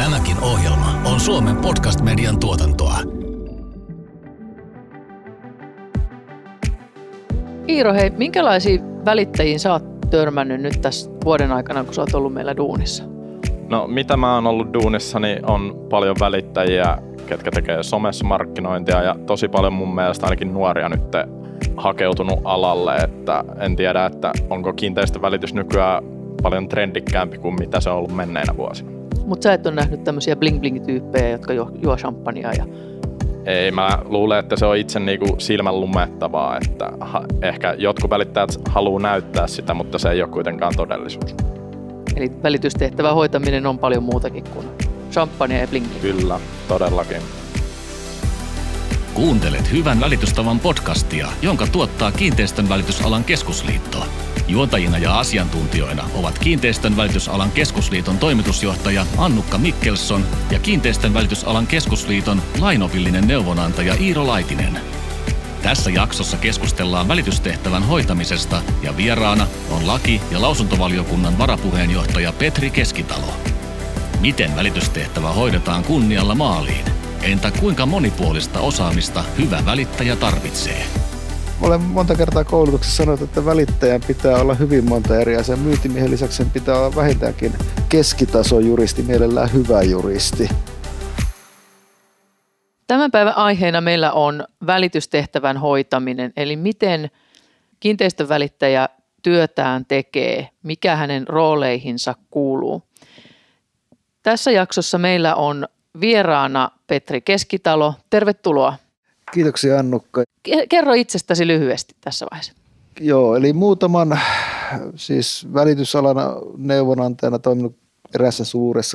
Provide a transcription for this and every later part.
Tämäkin ohjelma on Suomen podcast-median tuotantoa. Iiro, hei, minkälaisiin välittäjiin sä oot törmännyt nyt tässä vuoden aikana, kun sä oot ollut meillä duunissa? No mitä mä oon ollut duunissa, niin on paljon välittäjiä, ketkä tekee somessa markkinointia ja tosi paljon mun mielestä ainakin nuoria nyt hakeutunut alalle, että en tiedä, että onko kiinteistövälitys nykyään paljon trendikkäämpi kuin mitä se on ollut menneinä vuosina. Mutta sä et ole nähnyt tämmöisiä bling-bling-tyyppejä, jotka juo champagnea ja... Ei, mä luulen, että se on itse niinku silmän lumettavaa, että ehkä jotkut välittäjät haluaa näyttää sitä, mutta se ei ole kuitenkaan todellisuus. Eli välitystehtävän hoitaminen on paljon muutakin kuin champagnea ja bling-bling. Kyllä, todellakin. Kuuntelet Hyvän välitystavan podcastia, jonka tuottaa Kiinteistön välitysalan keskusliitto. Juontajina ja asiantuntijoina ovat Kiinteistön välitysalan keskusliiton toimitusjohtaja Annukka Mikkelsson ja Kiinteistön välitysalan keskusliiton lainopillinen neuvonantaja Iiro Laitinen. Tässä jaksossa keskustellaan välitystehtävän hoitamisesta ja vieraana on laki- ja lausuntovaliokunnan varapuheenjohtaja Petri Keskitalo. Miten välitystehtävä hoidetaan kunnialla maaliin? Entä kuinka monipuolista osaamista hyvä välittäjä tarvitsee? Olen monta kertaa koulutuksessa sanonut, että välittäjän pitää olla hyvin monta eri asiaa. Myyntimiehen lisäksi sen pitää olla vähintäänkin keskitaso-juristi, mielellään hyvä juristi. Tämän päivän aiheena meillä on välitystehtävän hoitaminen, eli miten kiinteistövälittäjä työtään tekee, mikä hänen rooleihinsa kuuluu. Tässä jaksossa meillä on vieraana Petri Keskitalo. Tervetuloa. Kiitoksia Annukka. Kerro itsestäsi lyhyesti tässä vaiheessa. Joo, eli muutaman siis välitysalan neuvonantajana toiminut erässä suuressa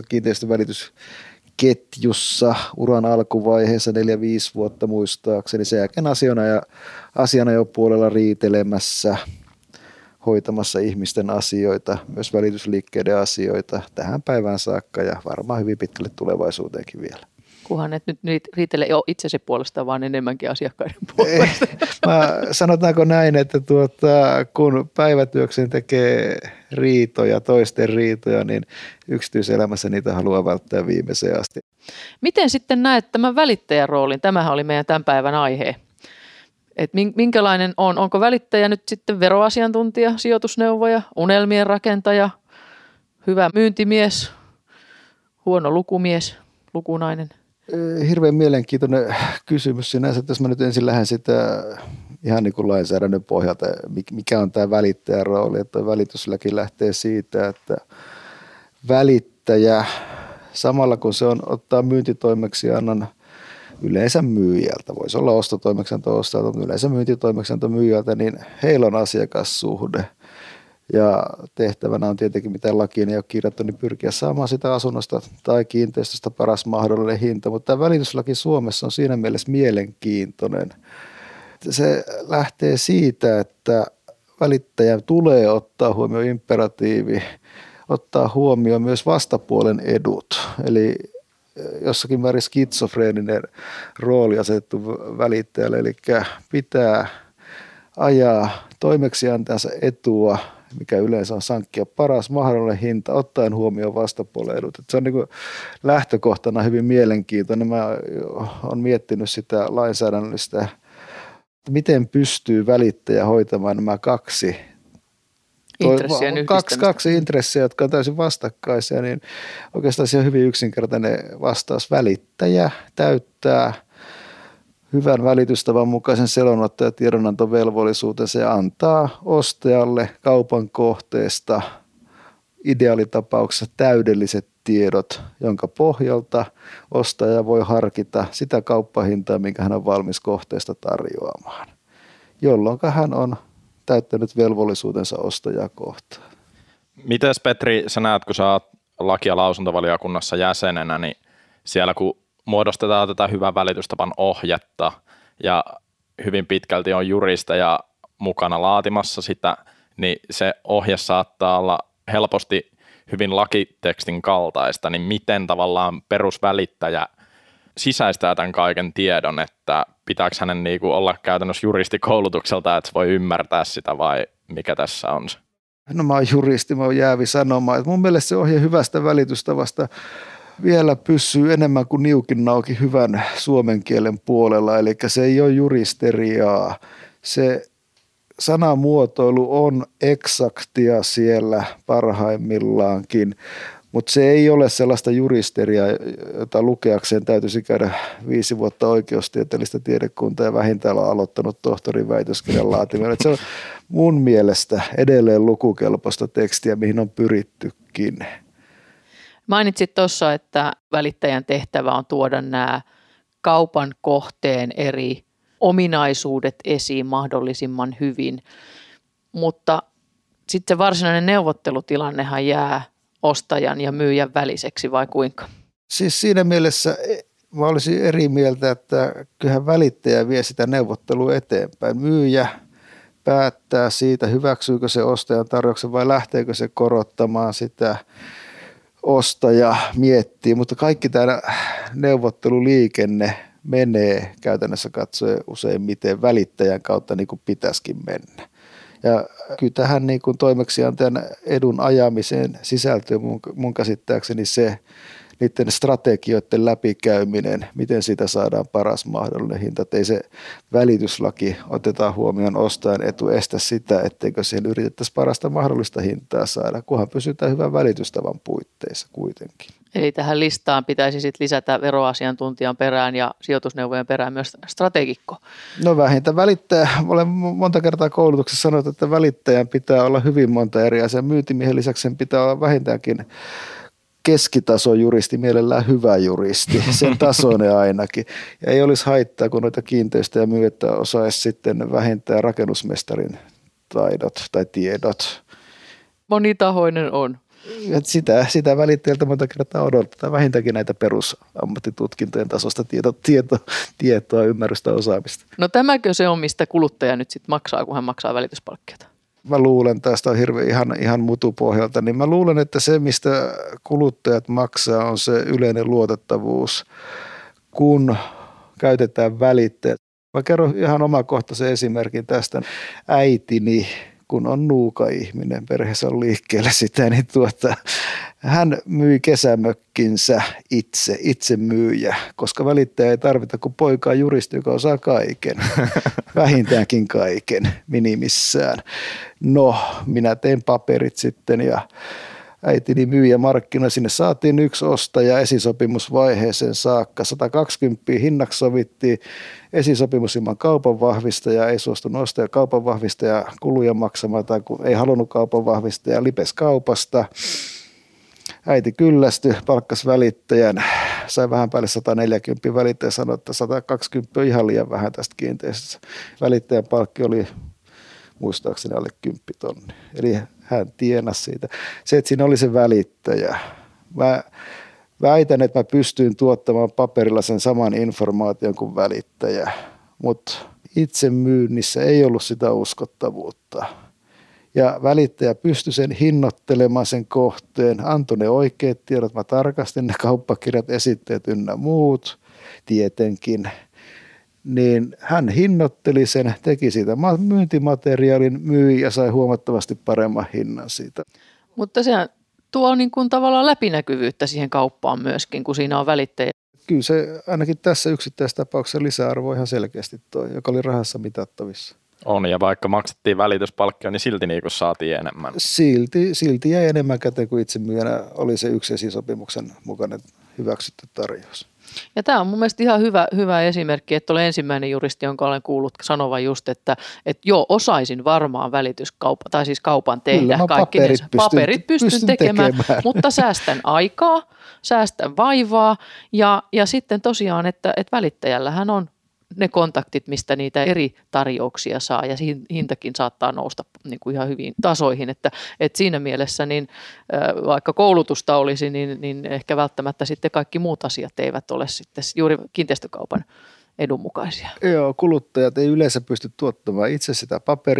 kiinteistövälitysketjussa uran alkuvaiheessa 4-5 vuotta muistaakseni. Sen jälkeen asianajopuolella riitelemässä, hoitamassa ihmisten asioita, myös välitysliikkeiden asioita tähän päivään saakka ja varmaan hyvin pitkälle tulevaisuuteenkin vielä. Kunhan et nyt riitele itsesi puolesta, vaan enemmänkin asiakkaiden puolesta. Sanotaanko näin, että kun päivätyökseen tekee riitoja, toisten riitoja, niin yksityiselämässä niitä haluaa välttää viimeiseen asti. Miten sitten näet tämän välittäjän roolin? Tämähän oli meidän tämän päivän aihe. Et minkälainen on? Onko välittäjä nyt sitten veroasiantuntija, sijoitusneuvoja, unelmien rakentaja, hyvä myyntimies, huono lukumies, lukunainen? Hirveän mielenkiintoinen kysymys sinänsä, että jos mä nyt ensin lähden sitä ihan niin kuin lainsäädännön pohjalta, mikä on tämä välittäjän rooli, että välityslaki lähtee siitä, että välittäjä samalla kun se on ottaa myyntitoimeksiannon yleensä myyjältä, voisi olla ostotoimeksianto ostajalta, mutta yleensä myyntitoimeksianto myyjältä, niin heillä on asiakassuhde. Ja tehtävänä on tietenkin, mitä lakiin ei ole kirjattu, niin pyrkiä saamaan sitä asunnosta tai kiinteistöstä paras mahdollinen hinta. Mutta tämä välityslaki Suomessa on siinä mielessä mielenkiintoinen. Se lähtee siitä, että välittäjän tulee ottaa huomioon imperatiivi, ottaa huomioon myös vastapuolen edut. Eli jossakin määrin skitsofreeninen rooli asetettu välittäjälle, eli pitää ajaa toimeksiantajansa etua, mikä yleensä on sankkia paras mahdollinen hinta, ottaen huomioon vastapuolen edut. Se on niin kuin lähtökohtana hyvin mielenkiintoinen. Mä oon miettinyt sitä lainsäädännöllistä, miten pystyy välittäjä hoitamaan nämä kaksi intressiä, jotka on täysin vastakkaisia, niin oikeastaan se on hyvin yksinkertainen vastaus. Välittäjä täyttää hyvän välitystavan mukaisen selonotto- ja tiedonantovelvollisuutensa ja antaa ostajalle kaupan kohteesta ideaalitapauksessa täydelliset tiedot, jonka pohjalta ostaja voi harkita sitä kauppahintaa, minkä hän on valmis kohteesta tarjoamaan, jolloin hän on täyttänyt velvollisuutensa ostajaa kohtaan. Mites Petri, sä näet, kun sä oot laki- ja lausuntovaliokunnassa jäsenenä, niin siellä kun muodostetaan tätä hyvän välitystavan ohjetta ja hyvin pitkälti on juristeja mukana laatimassa sitä, niin se ohje saattaa olla helposti hyvin lakitekstin kaltaista, niin miten tavallaan perusvälittäjä sisäistää tämän kaiken tiedon, että pitääkö hänen niinku olla käytännössä juristikoulutukselta, että voi ymmärtää sitä vai mikä tässä on se? No mä oon juristi, mä oon jäävi sanomaan, että mun mielestä se ohje hyvästä välitystavasta vielä pysyy enemmän kuin niukin nauki hyvän suomen kielen puolella, eli se ei ole juristeriaa. Se sanamuotoilu on eksaktia siellä parhaimmillaankin, mutta se ei ole sellaista juristeriaa, jota lukeakseen täytyisi käydä 5 vuotta oikeustieteellistä tiedekuntaa ja vähintään olla aloittanut tohtorin väitöskirjan laatiminen. Se on mun mielestä edelleen lukukelpoista tekstiä, mihin on pyrittykin. Mainitsit tuossa, että välittäjän tehtävä on tuoda nämä kaupan kohteen eri ominaisuudet esiin mahdollisimman hyvin, mutta sitten se varsinainen neuvottelutilannehan jää ostajan ja myyjän väliseksi vai kuinka? Siis siinä mielessä mä olisin eri mieltä, että kyllähän välittäjä vie sitä neuvottelua eteenpäin. Myyjä päättää siitä, hyväksyykö se ostajan tarjouksen vai lähteekö se korottamaan sitä. Ostaja miettii, mutta kaikki tämä neuvotteluliikenne menee käytännössä katsoen useimmiten välittäjän kautta niin kuin pitäisikin mennä. Ja kyllä tähän niin kuin toimeksiantajan edun ajamiseen sisältyy mun käsittääkseni se niiden strategioiden läpikäyminen, miten siitä saadaan paras mahdollinen hinta. Että ei se välityslaki otetaan huomioon ostajan etu estä sitä, etteikö siihen yritettäisi parasta mahdollista hintaa saada, kunhan pysytään hyvän välitystavan puitteissa kuitenkin. Eli tähän listaan pitäisi sitten lisätä veroasiantuntijan perään ja sijoitusneuvojen perään myös strategikko. No vähintään välittäjä. Olen monta kertaa koulutuksessa sanonut, että välittäjän pitää olla hyvin monta eri asiaa. Myyntimiehen lisäksi sen pitää olla vähintäänkin keskitason juristi, mielellään hyvä juristi, sen tasoinen ainakin. Ja ei olisi haittaa, kun noita kiinteistöjä myyjät osaisi sitten vähintään rakennusmestarin taidot tai tiedot. Monitahoinen on. Sitä välittäjältä monta kertaa odotetaan vähintäänkin näitä perusammattitutkintojen tasosta tietoa, ymmärrystä, osaamista. No tämäkö se on, mistä kuluttaja nyt sitten maksaa, kun hän maksaa välityspalkkiota? Mä luulen, tästä on ihan mutupohjalta, niin mä luulen, että se, mistä kuluttajat maksaa, on se yleinen luotettavuus, kun käytetään välittäjät. Mä kerron ihan omakohtaisen esimerkin tästä. Äitini, kun on nuuka ihminen, perheessä on liikkeellä sitä, niin hän myi kesämökkinsä itse myyjä, koska välittäjä ei tarvita kuin poikaa juristi, joka osaa kaiken, vähintäänkin kaiken minimissään. No, minä tein paperit sitten ja äitini myyjä markkinoilla. Sinne saatiin 1 ostaja esisopimusvaiheeseen saakka. 120 hinnaksi sovittiin esisopimus ilman kaupanvahvistajaa. Ei suostunut ostaja kaupanvahvistaja kuluja maksamaan tai kun ei halunnut kaupanvahvistaja lipes kaupasta. Äiti kyllästyi, palkkasi välittäjän, sai vähän päälle 140 välittäjä, sanoi, että 120 on ihan liian vähän tästä kiinteistöstä. Välittäjän palkki oli muistaakseni alle 10 000. Eli hän tienasi siitä. Se, että siinä oli se välittäjä. Mä väitän, että mä pystyin tuottamaan paperilla sen saman informaation kuin välittäjä, mutta itse myynnissä ei ollut sitä uskottavuutta. Ja välittäjä pystyi sen hinnoittelemaan sen kohteen, antoi ne oikeat tiedot, mä tarkastin ne kauppakirjat, esitteet ynnä muut, tietenkin. Niin hän hinnoitteli sen, teki siitä myyntimateriaalin, myi ja sai huomattavasti paremman hinnan siitä. Mutta se tuo niin kuin tavallaan läpinäkyvyyttä siihen kauppaan myöskin, kun siinä on välittäjä. Kyllä se ainakin tässä yksittäisessä tapauksessa lisäarvo ihan selkeästi toi, joka oli rahassa mitattavissa. On, ja vaikka maksettiin välityspalkkio, niin silti niin kuin saatiin enemmän. Silti jäi enemmän käteen kuin itse myyjänä oli se yksi esisopimuksen mukainen hyväksytty tarjous. Ja tämä on mun mielestä ihan hyvä esimerkki, että olen ensimmäinen juristi, jonka olen kuullut sanovan just, että joo, osaisin varmaan tai siis kaupan tehdä. Kyllä, paperit pystyn tekemään, mutta säästän aikaa, säästän vaivaa ja sitten tosiaan, että välittäjällähän on ne kontaktit, mistä niitä eri tarjouksia saa ja hintakin saattaa nousta niin kuin ihan hyviin tasoihin, että siinä mielessä niin, vaikka koulutusta olisi, niin ehkä välttämättä sitten kaikki muut asiat eivät ole sitten juuri kiinteistökaupan edunmukaisia. Joo, kuluttajat ei yleensä pysty tuottamaan itse sitä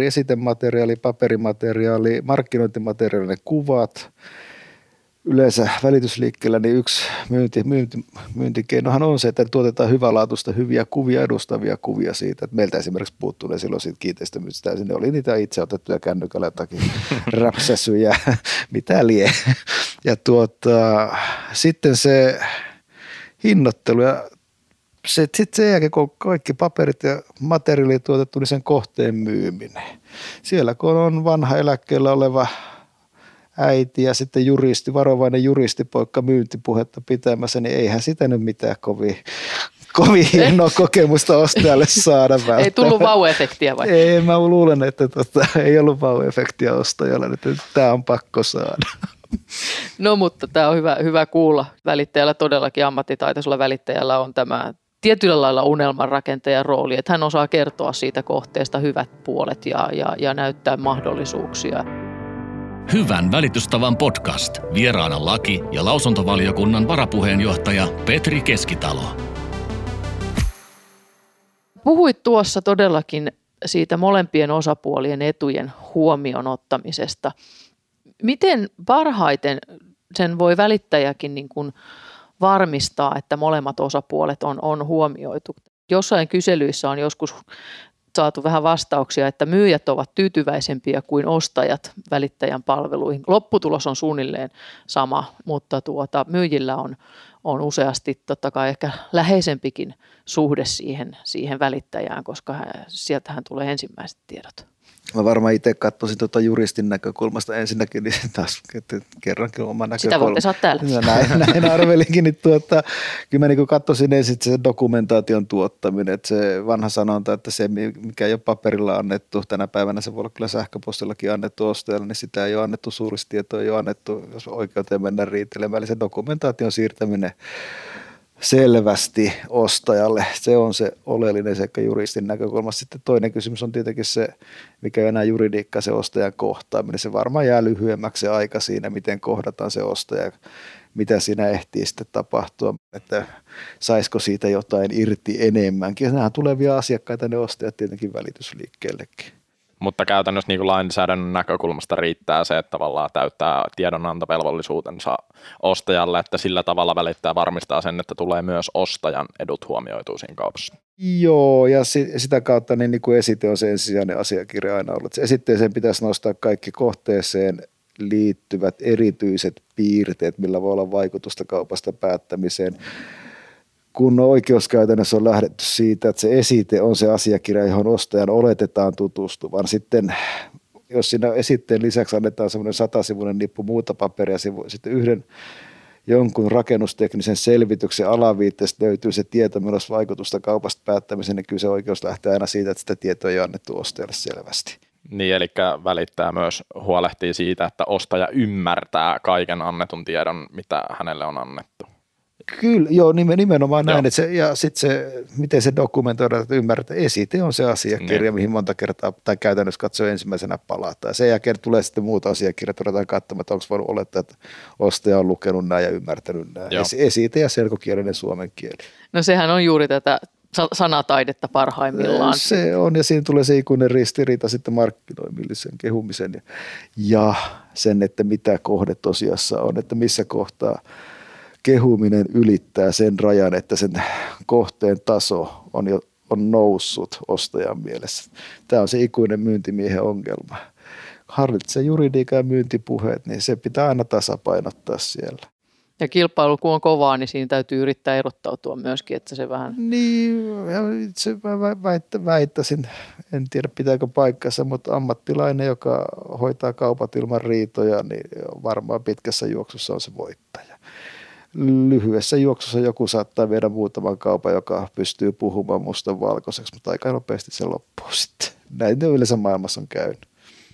paperimateriaali, markkinointimateriaali, kuvat. Yleensä välitysliikkeellä niin yksi myyntikeinohan on se, että tuotetaan hyvälaatuista hyviä kuvia, edustavia kuvia siitä. Että meiltä esimerkiksi puuttuu ne silloin siitä kiinteistömyynnistä täysin. Ne oli niitä itse otettuja kännykällä jotakin räpsäsyjä, mitä lie. Ja sitten se hinnoittelu ja sitten sen jälkeen, kun kaikki paperit ja materiaalit tuotettu, niin sen kohteen myyminen. Siellä kun on vanha eläkkeellä oleva äiti ja sitten varovainen juristipoikka myyntipuhetta pitämässä, niin eihän sitä nyt mitään kovin hienoa kokemusta ostajalle saada välttämättä. Ei tullut vau-efektiä vai? Ei, mä luulen, että ei ollut vau-efektiä ostajalle, että tämä on pakko saada. No mutta tämä on hyvä kuulla. Välittäjällä todellakin, ammattitaitoisella välittäjällä on tämä tietyllä lailla unelmanrakentajan rooli, että hän osaa kertoa siitä kohteesta hyvät puolet ja näyttää mahdollisuuksia. Hyvän välitystavan podcast. Vieraana laki- ja lausuntovaliokunnan varapuheenjohtaja Petri Keskitalo. Puhuit tuossa todellakin siitä molempien osapuolien etujen huomioon ottamisesta. Miten parhaiten sen voi välittäjäkin niin kuin varmistaa, että molemmat osapuolet on huomioitu? Jossain kyselyissä on joskus saatu vähän vastauksia, että myyjät ovat tyytyväisempiä kuin ostajat välittäjän palveluihin. Lopputulos on suunnilleen sama, mutta myyjillä on useasti totta kai ehkä läheisempikin suhde siihen välittäjään, koska sieltähän tulee ensimmäiset tiedot. Mä varmaan itse katsoisin juristin näkökulmasta ensinnäkin, niin taas kerrankin oma näkökulma. Sitä voitte saada täällä. Näin arvelinkin, niin kyllä mä niin katsoisin ensin se dokumentaation tuottaminen, että se vanha sanonta, että se mikä ei ole paperilla annettu, tänä päivänä se voi olla kyllä sähköpostillakin annettu ostajalle, niin sitä ei ole annettu, suuristietoa ei ole annettu, jos oikeuteen mennään riitelemään, eli se dokumentaation siirtäminen selvästi ostajalle. Se on se oleellinen sekä juristin näkökulmasta. Sitten toinen kysymys on tietenkin se, mikä on enää juridiikka, se ostajan kohtaaminen. Se varmaan jää lyhyemmäksi se aika siinä, miten kohdataan se ostaja, mitä siinä ehtii sitten tapahtua, että saisiko siitä jotain irti enemmänkin. Nämä tulevia asiakkaita, ne ostajat tietenkin välitysliikkeellekin. Mutta käytännössä niin kuin lainsäädännön näkökulmasta riittää se, että tavallaan täyttää tiedonantovelvollisuutensa ostajalle, että sillä tavalla välittäjä varmistaa sen, että tulee myös ostajan edut huomioitua siinä kaupassa. Joo, ja sitä kautta niin kuin esite on se ensisijainen asiakirja aina ollut. Se esitteeseen pitäisi nostaa kaikki kohteeseen liittyvät erityiset piirteet, millä voi olla vaikutusta kaupasta päättämiseen. Kun oikeuskäytännössä on lähdetty siitä, että se esite on se asiakirja, johon ostajan oletetaan tutustuvan. Sitten jos siinä esitteen lisäksi annetaan semmoinen 100-sivuinen nippu muuta paperia, sitten yhden jonkun rakennusteknisen selvityksen alaviitteestä löytyy se tieto, millä olisi vaikutusta kaupasta päättämiseen, niin kyllä se oikeus lähtee aina siitä, että sitä tietoa ei annettu ostajalle selvästi. Niin, eli välittäjä myös huolehtii siitä, että ostaja ymmärtää kaiken annetun tiedon, mitä hänelle on annettu. Kyllä, joo, nimenomaan näin. Että ja sitten se, miten se dokumentoidaan, että ymmärretään, että esite on se asiakirja, mihin monta kertaa tai käytännössä katsoo ensimmäisenä palataan. Sen jälkeen tulee sitten muuta asiakirjat, ruvetaan katsomaan, että onko voinut olettaa, että ostaja on lukenut nämä ja ymmärtänyt nämä. Esite ja selkokielinen suomen kieli. No sehän on juuri tätä sanataidetta parhaimmillaan. Se on, ja siinä tulee se ikuinen ristiriita sitten markkinoimillisen kehumisen ja sen, että mitä kohde tosiassa on, että missä kohtaa kehuminen ylittää sen rajan, että sen kohteen taso on noussut ostajan mielessä. Tämä on se ikuinen myyntimiehen ongelma. Harvitsee juridiikan ja myyntipuheet, niin se pitää aina tasapainottaa siellä. Ja kilpailu kun on kovaa, niin siinä täytyy yrittää erottautua myöskin, että se vähän... Niin, itse väittäisin, en tiedä pitääkö paikkansa, mutta ammattilainen, joka hoitaa kaupat ilman riitoja, niin varmaan pitkässä juoksussa on se voittaja. Lyhyessä juoksussa joku saattaa viedä muutaman kaupan, joka pystyy puhumaan mustan valkoiseksi, mutta aika nopeasti se loppuu sitten. Näin yleensä maailmassa on käynyt.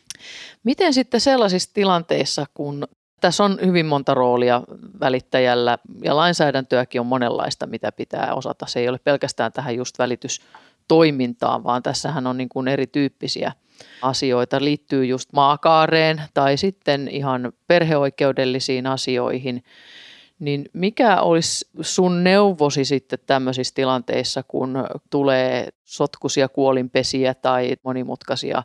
Miten sitten sellaisissa tilanteissa, kun tässä on hyvin monta roolia välittäjällä ja lainsäädäntöäkin on monenlaista, mitä pitää osata. Se ei ole pelkästään tähän just välitystoimintaan, vaan tässähän on niin kuin erityyppisiä asioita. Liittyy just maakaareen tai sitten ihan perheoikeudellisiin asioihin. Niin mikä olisi sun neuvosi sitten tämmöisissä tilanteissa, kun tulee sotkuisia kuolinpesiä tai monimutkaisia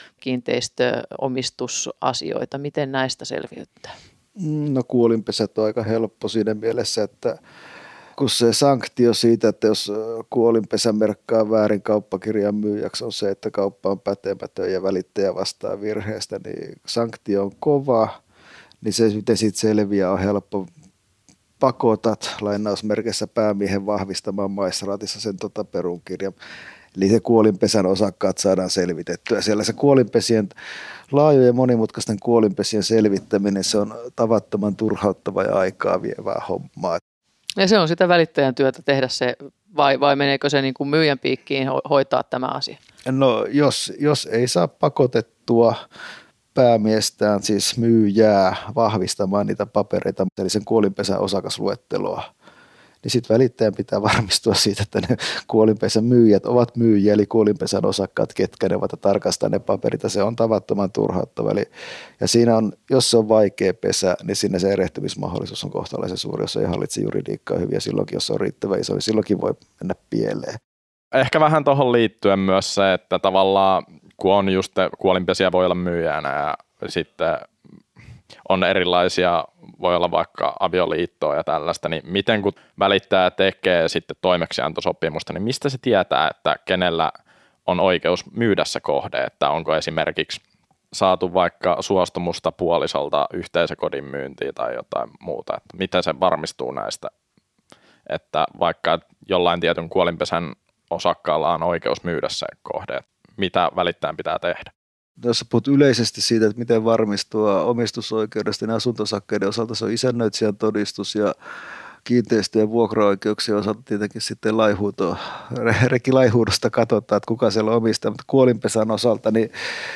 kiinteistöomistusasioita? Miten näistä selviytyy? No kuolinpesät on aika helppo siinä mielessä, että kun se sanktio siitä, että jos kuolinpesä merkkaa väärin kauppakirjan myyjäksi on se, että kauppa on pätemätön ja välittäjä vastaa virheestä, niin sanktio on kova. niin se miten siitä selviää on helppo. Pakotat lainausmerkeissä päämiehen vahvistamaan maistraatissa sen perunkirjan. Eli se kuolinpesän osakkaat saadaan selvitettyä. Siellä se kuolinpesien, laajojen monimutkaisten kuolinpesien selvittäminen, se on tavattoman turhauttava ja aikaa vievää hommaa. Ja se on sitä välittäjän työtä tehdä se, vai meneekö se niin kuin myyjän piikkiin hoitaa tämä asia? No jos ei saa pakotettua päämiestään, siis myyjää vahvistamaan niitä papereita, eli sen kuolinpesän osakasluetteloa, niin sitten välittäjän pitää varmistua siitä, että ne kuolinpesän myyjät ovat myyjiä, eli kuolinpesän osakkaat, ketkä ne ovat, ja tarkastaa ne paperit, ja se on tavattoman turhauttava. Ja siinä on, jos se on vaikea pesä, niin siinä se erehtymismahdollisuus on kohtalaisen suuri, jos ei hallitse juridiikkaa hyvin, ja silloinkin, jos se on riittävän iso, niin silloinkin voi mennä pieleen. Ehkä vähän tuohon liittyen myös se, että tavallaan kun on just kuolinpesiä voi olla myyjänä ja sitten on erilaisia, voi olla vaikka avioliittoa ja tällaista, niin miten kun välittäjä tekee sitten toimeksiantosopimusta, niin mistä se tietää, että kenellä on oikeus myydä se kohde, että onko esimerkiksi saatu vaikka suostumusta puolisolta yhteisökodin myyntiin tai jotain muuta, että miten se varmistuu näistä, että vaikka jollain tietyn kuolinpesän osakkaalla on oikeus myydä se kohde, mitä välittäjän pitää tehdä? Jos puhut yleisesti siitä, että miten varmistua omistusoikeudesta, niin asunto-osakkeiden osalta se on isännöitsijän todistus ja kiinteistöjen vuokraoikeuksien osalta tietenkin sitten rekilaihuudosta katsotaan, että kuka siellä omistaa, mutta kuolinpesän osalta, niin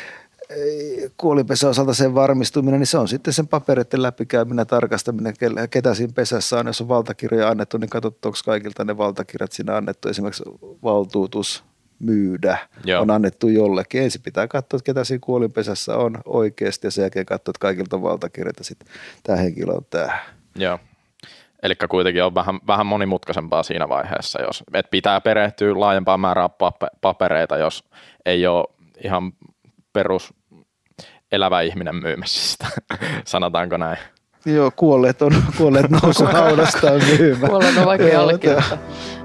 kuolinpesän osalta sen varmistuminen, niin se on sitten sen papereiden läpikäyminen, tarkastaminen, ketä siinä pesässä on. Jos on valtakirjoja annettu, niin katsotaanko kaikilta ne valtakirjat siinä annettu, esimerkiksi valtuutus myydä on annettu jollekin. Ensin pitää katsoa, että ketä siinä kuolinpesässä on oikeasti ja sen jälkeen katsoa, että kaikilta on valtakirjat ja sitten tämä henkilö on tämä. Joo. Eli kuitenkin on vähän monimutkaisempaa siinä vaiheessa, että pitää perehtyä laajempaa määrää papereita, jos ei ole ihan perus elävä ihminen myymässä sitä, sanotaanko näin. Joo, kuolleet nousu haudastaan myymään. Kuolleet on vaikea allekirjoittaa.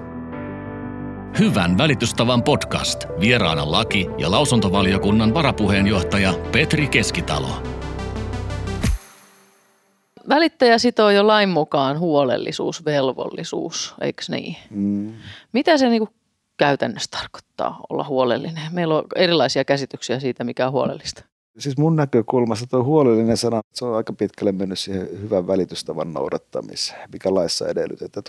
Hyvän välitystavan podcast. Vieraana laki- ja lausuntovaliokunnan varapuheenjohtaja Petri Keskitalo. Välittäjä sitoo jo lain mukaan huolellisuusvelvollisuus, eikö niin? Mitä se niinku käytännössä tarkoittaa olla huolellinen? Meillä on erilaisia käsityksiä siitä, mikä on huolellista. Siis mun näkökulmasta tuo huolellinen sana, se on aika pitkälle mennyt siihen hyvän välitystavan noudattamiseen, mikä laissa edellytetään.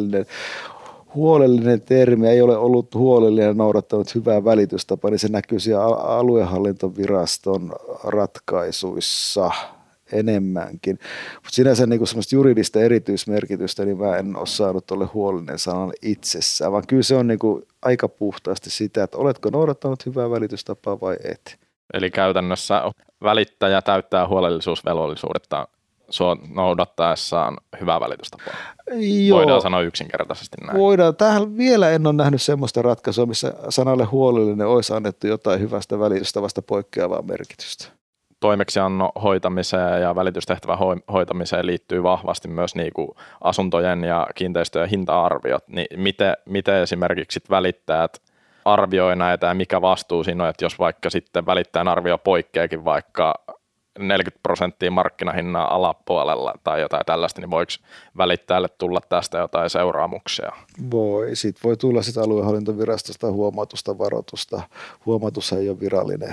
Huolellinen termi ei ole ollut huolellinen ja noudattanut hyvää välitystapaa, niin se näkyy siellä aluehallintoviraston ratkaisuissa enemmänkin. Mutta sinänsä niin semmoista juridista erityismerkitystä, niin mä en ole saanut tuolle huolellinen sanan itsessään, vaan kyllä se on niin aika puhtaasti sitä, että oletko noudattanut hyvää välitystapaa vai et. Eli käytännössä välittäjä täyttää huolellisuusvelvollisuudetta noudattaessaan hyvää välitystapaa. Joo. Voidaan sanoa yksinkertaisesti näin. Voidaan. Tähän vielä en ole nähnyt semmoista ratkaisua, missä sanalle huolellinen olisi annettu jotain hyvästä välitystavasta poikkeavaa merkitystä. Toimeksiannon hoitamiseen ja välitystehtävän hoitamiseen liittyy vahvasti myös niinku asuntojen ja kiinteistöjen hinta-arviot. Niin miten esimerkiksi välittäjät arvioi näitä ja mikä vastuu siinä on, että jos vaikka sitten välittäjän arvio poikkeakin vaikka 40% markkinahinnan alapuolella tai jotain tällaista, niin voiko välittäjälle tulla tästä jotain seuraamuksia? Voi. Siitä voi tulla sitten aluehallintovirastosta huomautusta, varoitusta. Huomautus ei ole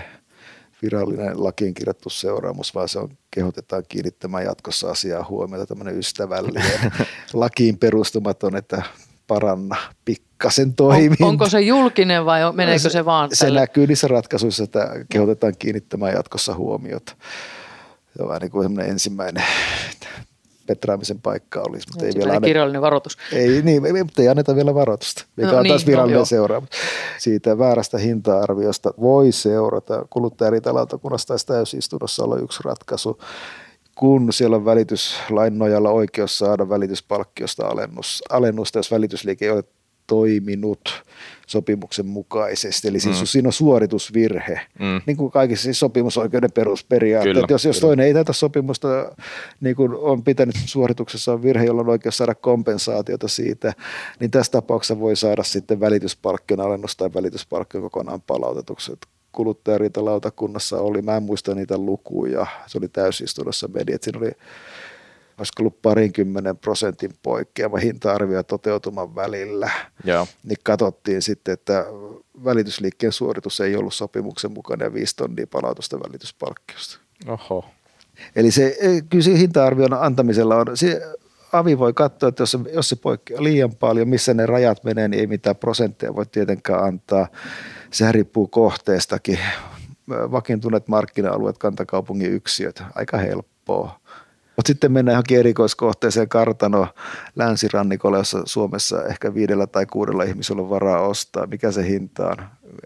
virallinen lakiin kirjattu seuraamus, vaan se on kehotetaan kiinnittämään jatkossa asiaa huomiota. Tämmöinen ystävällinen lakiin perustumaton, että paranna pikkasen toimintaa. Onko se julkinen vai meneekö se vaan Se näkyy niissä ratkaisuissa, että kehotetaan kiinnittämään jatkossa huomiota. Se on vähän niin kuin semmoinen ensimmäinen petraamisen paikka olisi. Mutta ei vielä kirjallinen varoitus. Mutta ei anneta vielä varoitusta, mikä on taas virallinen seuraamus. Siitä väärästä hinta-arviosta voi seurata kuluttajariitalautakunnassa tai täysistunnossa olla yksi ratkaisu, kun siellä on välityslain nojalla oikeus saada välityspalkkiosta alennusta, jos välitysliike ei ole toiminut sopimuksen mukaisesti. Eli siis siinä on suoritusvirhe, niin kuin kaikissa siis sopimusoikeuden perusperiaatteet. Jos toinen ei täytä sopimusta, niin kuin on pitänyt suorituksessa on virhe, jolla on oikeus saada kompensaatiota siitä, niin tässä tapauksessa voi saada sitten välityspalkkion alennusta tai välityspalkkion kokonaan palautetuksi. kuluttajariitalautakunnassa oli, mä en muista niitä lukuja, se oli täysistunnossa media, että siinä oli olisiko ollut 20% poikkeama hinta-arvio ja toteutuman välillä, niin katsottiin sitten, että välitysliikkeen suoritus ei ollut sopimuksen mukana ja 5 tonnia palautusta välityspalkkiosta. Oho. Eli kyllä se hinta-arvion antamisella on, avi voi katsoa, että jos se poikkeaa liian paljon, missä ne rajat menee, niin ei mitään prosentteja voi tietenkään antaa. Sehän riippuu kohteestakin. Vakiintuneet markkina-alueet, kantakaupungin yksiöt, aika helppoa. Mutta sitten mennään johonkin erikoiskohteeseen kartano länsirannikolle, jossa Suomessa ehkä 5 tai 6 ihmisellä on varaa ostaa. Mikä se hinta on?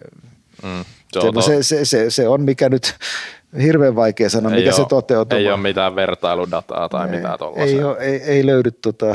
Se on mikä nyt hirveän vaikea sanoa, mikä se toteutuu. Ei ole mitään vertailudataa tai mitään tuollaisia. Ei löydy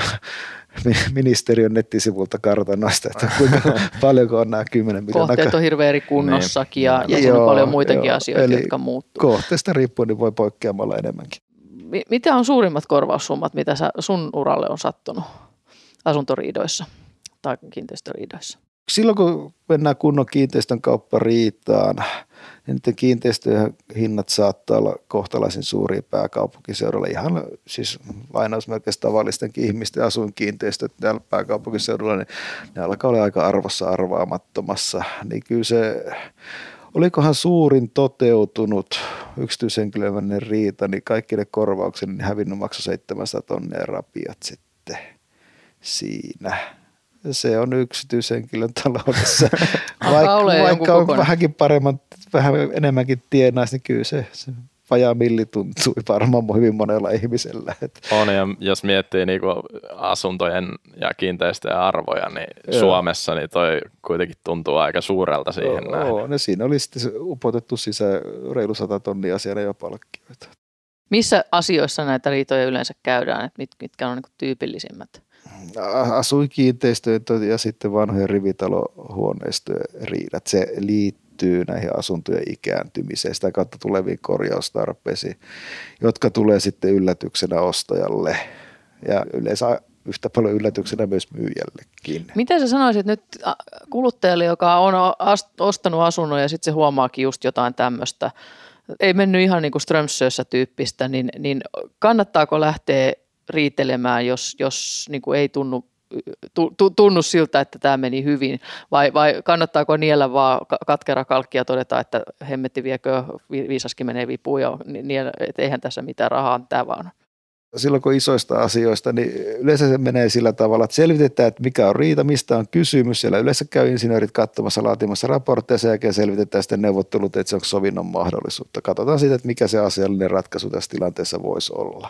ministeriön nettisivulta kartanoista, että kuinka paljonko on nämä 10 miljoonaa. Kohteet on hirveän eri kunnossakin ja siinä on paljon muitakin asioita, jotka muuttuu. Kohteesta riippuen niin voi poikkeamalla enemmänkin. Mitä on suurimmat korvaussummat, mitä sun uralle on sattunut asuntoriidoissa tai kiinteistöriidoissa? Silloin kun mennään kunnon kiinteistön kauppariitaan, niin niiden kiinteistöjen hinnat saattaa olla kohtalaisen suuria pääkaupunkiseudulla. Ihan siis lainausmerkeissä tavallistenkin ihmisten asuinkiinteistöt täällä pääkaupunkiseudulla, niin ne alkaa olla aika arvossa arvaamattomassa. Niin kyllä se, olikohan suurin toteutunut yksityishenkilöiden riita, niin kaikki ne korvaukset niin hävinnyt maksoi 700 tonnia rapiat sitten siinä. Se on yksityishenkilön taloudessa. Vaikka on vähänkin paremman, vähän enemmänkin tienaisi, niin kyllä se vajaa milli tuntui varmaan hyvin monella ihmisellä. On, ja jos miettii niinku asuntojen ja kiinteistöjen arvoja, niin Suomessa niin toi kuitenkin tuntuu aika suurelta siihen nähden. No siinä oli sitten upotettu sisään reilu 100 tonnia asiana jo palkkioita. Missä asioissa näitä riitoja yleensä käydään, että mitkä on niinku tyypillisimmät? Asuinkiinteistöjen ja sitten vanhojen rivitalohuoneistojen riidat. Se liittyy näihin asuntojen ikääntymiseen, sitä kautta tuleviin korjaustarpeisiin, jotka tulee sitten yllätyksenä ostajalle ja yleensä yhtä paljon yllätyksenä myös myyjällekin. Miten sä sanoisit nyt kuluttajalle, joka on ostanut asunnon ja sitten se huomaakin just jotain tämmöistä, ei mennyt ihan niin kuin Strömsössä tyyppistä, niin kannattaako lähteä riitelemään, jos niin kuin ei tunnu siltä, että tämä meni hyvin, vai kannattaako niellä vaan katkera kalkki ja todeta, että hemmetti viekö, viisaskin menee vipuun ja että eihän tässä mitään rahaa, tämä vaan. Silloin kun isoista asioista, niin yleensä se menee sillä tavalla, että selvitetään, että mikä on riita, mistä on kysymys. Siellä yleensä käy insinöörit katsomassa, laatimassa raportteja, sen jälkeen selvitetään sitten neuvottelut, että se on sovinnon mahdollisuutta. Katsotaan siitä, että mikä se asiallinen ratkaisu tässä tilanteessa voisi olla.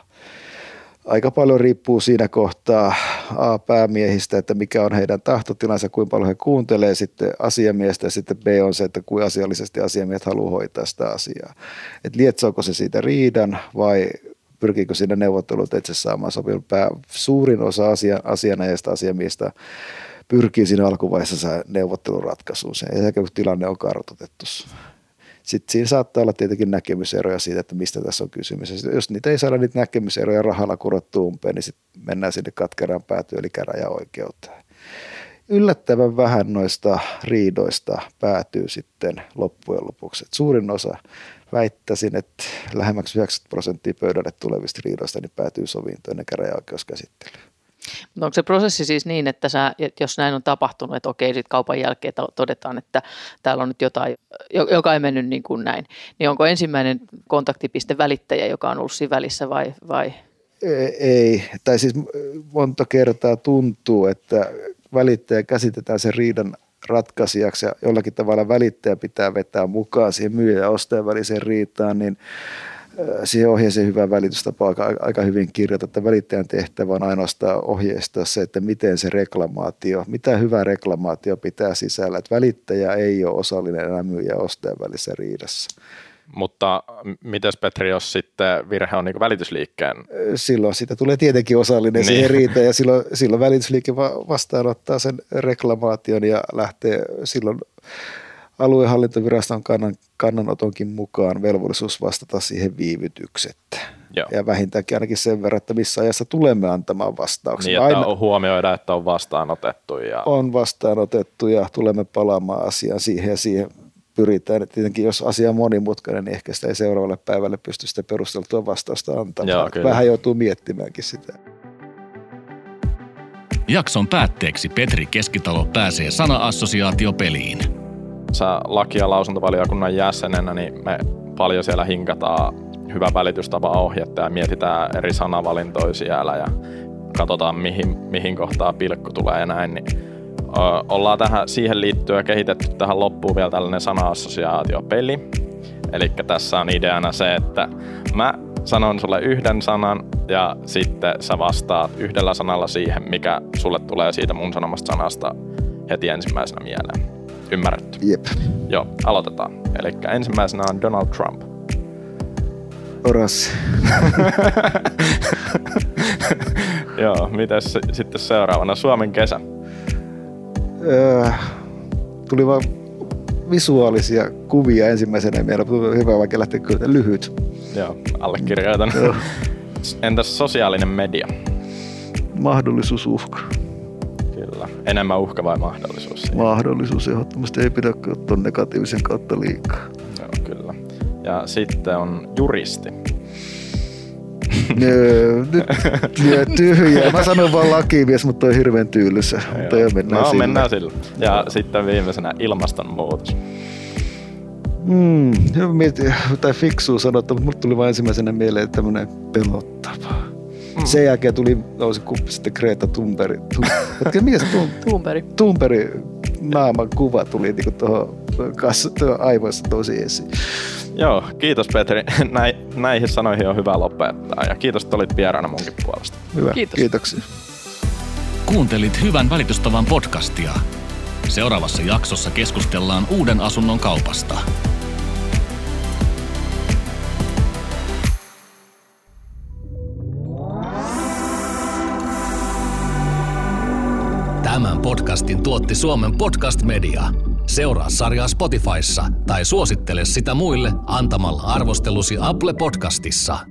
Aika paljon riippuu siinä kohtaa päämiehistä, että mikä on heidän tahtotilansa, kuinka paljon he kuuntelee sitten asiamiestä ja sitten B on se, että kuinka asiallisesti asiamiehet haluaa hoitaa sitä asiaa. Että lietsoako se siitä riidan vai pyrkiikö siinä neuvottelut itse saamaan sopimuksen. Suurin osa asianajasta asiamiestä pyrkii siinä alkuvaiheessa neuvotteluratkaisuun ja kun tilanne on kartoitettu. Sitten siinä saattaa olla tietenkin näkemyseroja siitä, että mistä tässä on kysymys. Jos niitä ei saada niitä näkemyseroja rahalla kurottua umpeen, niin sitten mennään sinne katkeraan päätyyn eli käräjäoikeuteen. Yllättävän vähän noista riidoista päätyy sitten loppujen lopuksi. Et suurin osa, väittäisin, että lähemmäksi 90% pöydälle tulevista riidoista niin päätyy sovintoon ennen käräjäoikeuskäsittelyyn. No onko se prosessi siis niin, että jos näin on tapahtunut, että okei, sitten kaupan jälkeen todetaan, että täällä on nyt jotain, joka ei mennyt niin kuin näin, niin onko ensimmäinen kontaktipiste välittäjä, joka on ollut siinä välissä vai? Ei, tai siis monta kertaa tuntuu, että välittäjä käsitetään sen riidan ratkaisijaksi ja jollakin tavalla välittäjä pitää vetää mukaan siihen myyjän ja ostajan väliseen riitaan, niin siihen ohjeeseen hyvä välitystapa on aika hyvin kirjoitettu, että välittäjän tehtävä on ainoastaan ohjeistaa se, että miten se reklamaatio, mitä hyvä reklamaatio pitää sisällä, että välittäjä ei ole osallinen enää myyjän ja ostajan välisessä riidassa. Mutta mites Petri, jos sitten virhe on niin välitysliikkeen? Silloin siitä tulee tietenkin osallinen siihen riitaan ja silloin välitysliike vastaanottaa sen reklamaation ja lähtee silloin aluehallintoviraston kannanotonkin mukaan velvollisuus vastata siihen viivytyksettä. Joo. Ja vähintäänkin ainakin sen verran, että missä ajassa tulemme antamaan vastauksia. Niin, että huomioida, että on vastaanotettu. On vastaanotettu ja tulemme palaamaan asiaan siihen ja siihen pyritään. Että tietenkin jos asia on monimutkainen, niin ehkä sitä ei seuraavalle päivälle pysty sitä perusteltua vastausta antamaan. Vähän joutuu miettimäänkin sitä. Jakson päätteeksi Petri Keskitalo pääsee sana-assosiaatiopeliin. Sä laki- ja lausuntovaliokunnan jäsenenä, niin me paljon siellä hinkataan hyvän välitystavan ohjetta ja mietitään eri sanavalintoja siellä ja katsotaan mihin kohtaa pilkku tulee ja näin. Niin, ollaan siihen liittyen kehitetty tähän loppuun vielä tällainen sana-assosiaatiopeli. Eli tässä on ideana se, että mä sanon sulle yhden sanan ja sitten sä vastaat yhdellä sanalla siihen, mikä sulle tulee siitä mun sanomasta sanasta heti ensimmäisenä mieleen. Ymmärretty? Jep. Joo, aloitetaan. Eli ensimmäisenä on Donald Trump. Oras. Joo, mitäs sitten seuraavana? Suomen kesä. Tuli vaan visuaalisia kuvia ensimmäisenä mieleen. Hyvä vaikka lähteä kyllä lyhyt. Joo, allekirjoitan. Entäs sosiaalinen media? Mahdollisuus uhka. Kyllä. Enemmän uhka vai mahdollisuus? Mahdollisuus ehdottomasti. Ei pidä ottaa negatiivisen kautta liikaa. Joo, kyllä. Ja sitten on juristi. Nyt tyhjää. Mä sanon vaan lakimies, mutta on hirveän tyylysä. Mennään sillä. Ja sitten viimeisenä ilmastonmuutos. Tai fiksua sanottu, mutta mulle tuli vain ensimmäisenä mieleen tämmönen pelottava. Sen jälkeen nousi sitten Greta Thunberg. Mikä se Thunberg naaman kuva tuli niinku tuohon aivoissa tosi esiin. Joo, kiitos Petri. Näihin sanoihin on hyvä lopettaa ja kiitos, että olit vieraana munkin puolesta. Hyvä, kiitoksia. Kuuntelit Hyvän välitystavan podcastia. Seuraavassa jaksossa keskustellaan uuden asunnon kaupasta. Tämän podcastin tuotti Suomen Podcast Media. Seuraa sarjaa Spotifyssa tai suosittele sitä muille antamalla arvostelusi Apple Podcastissa.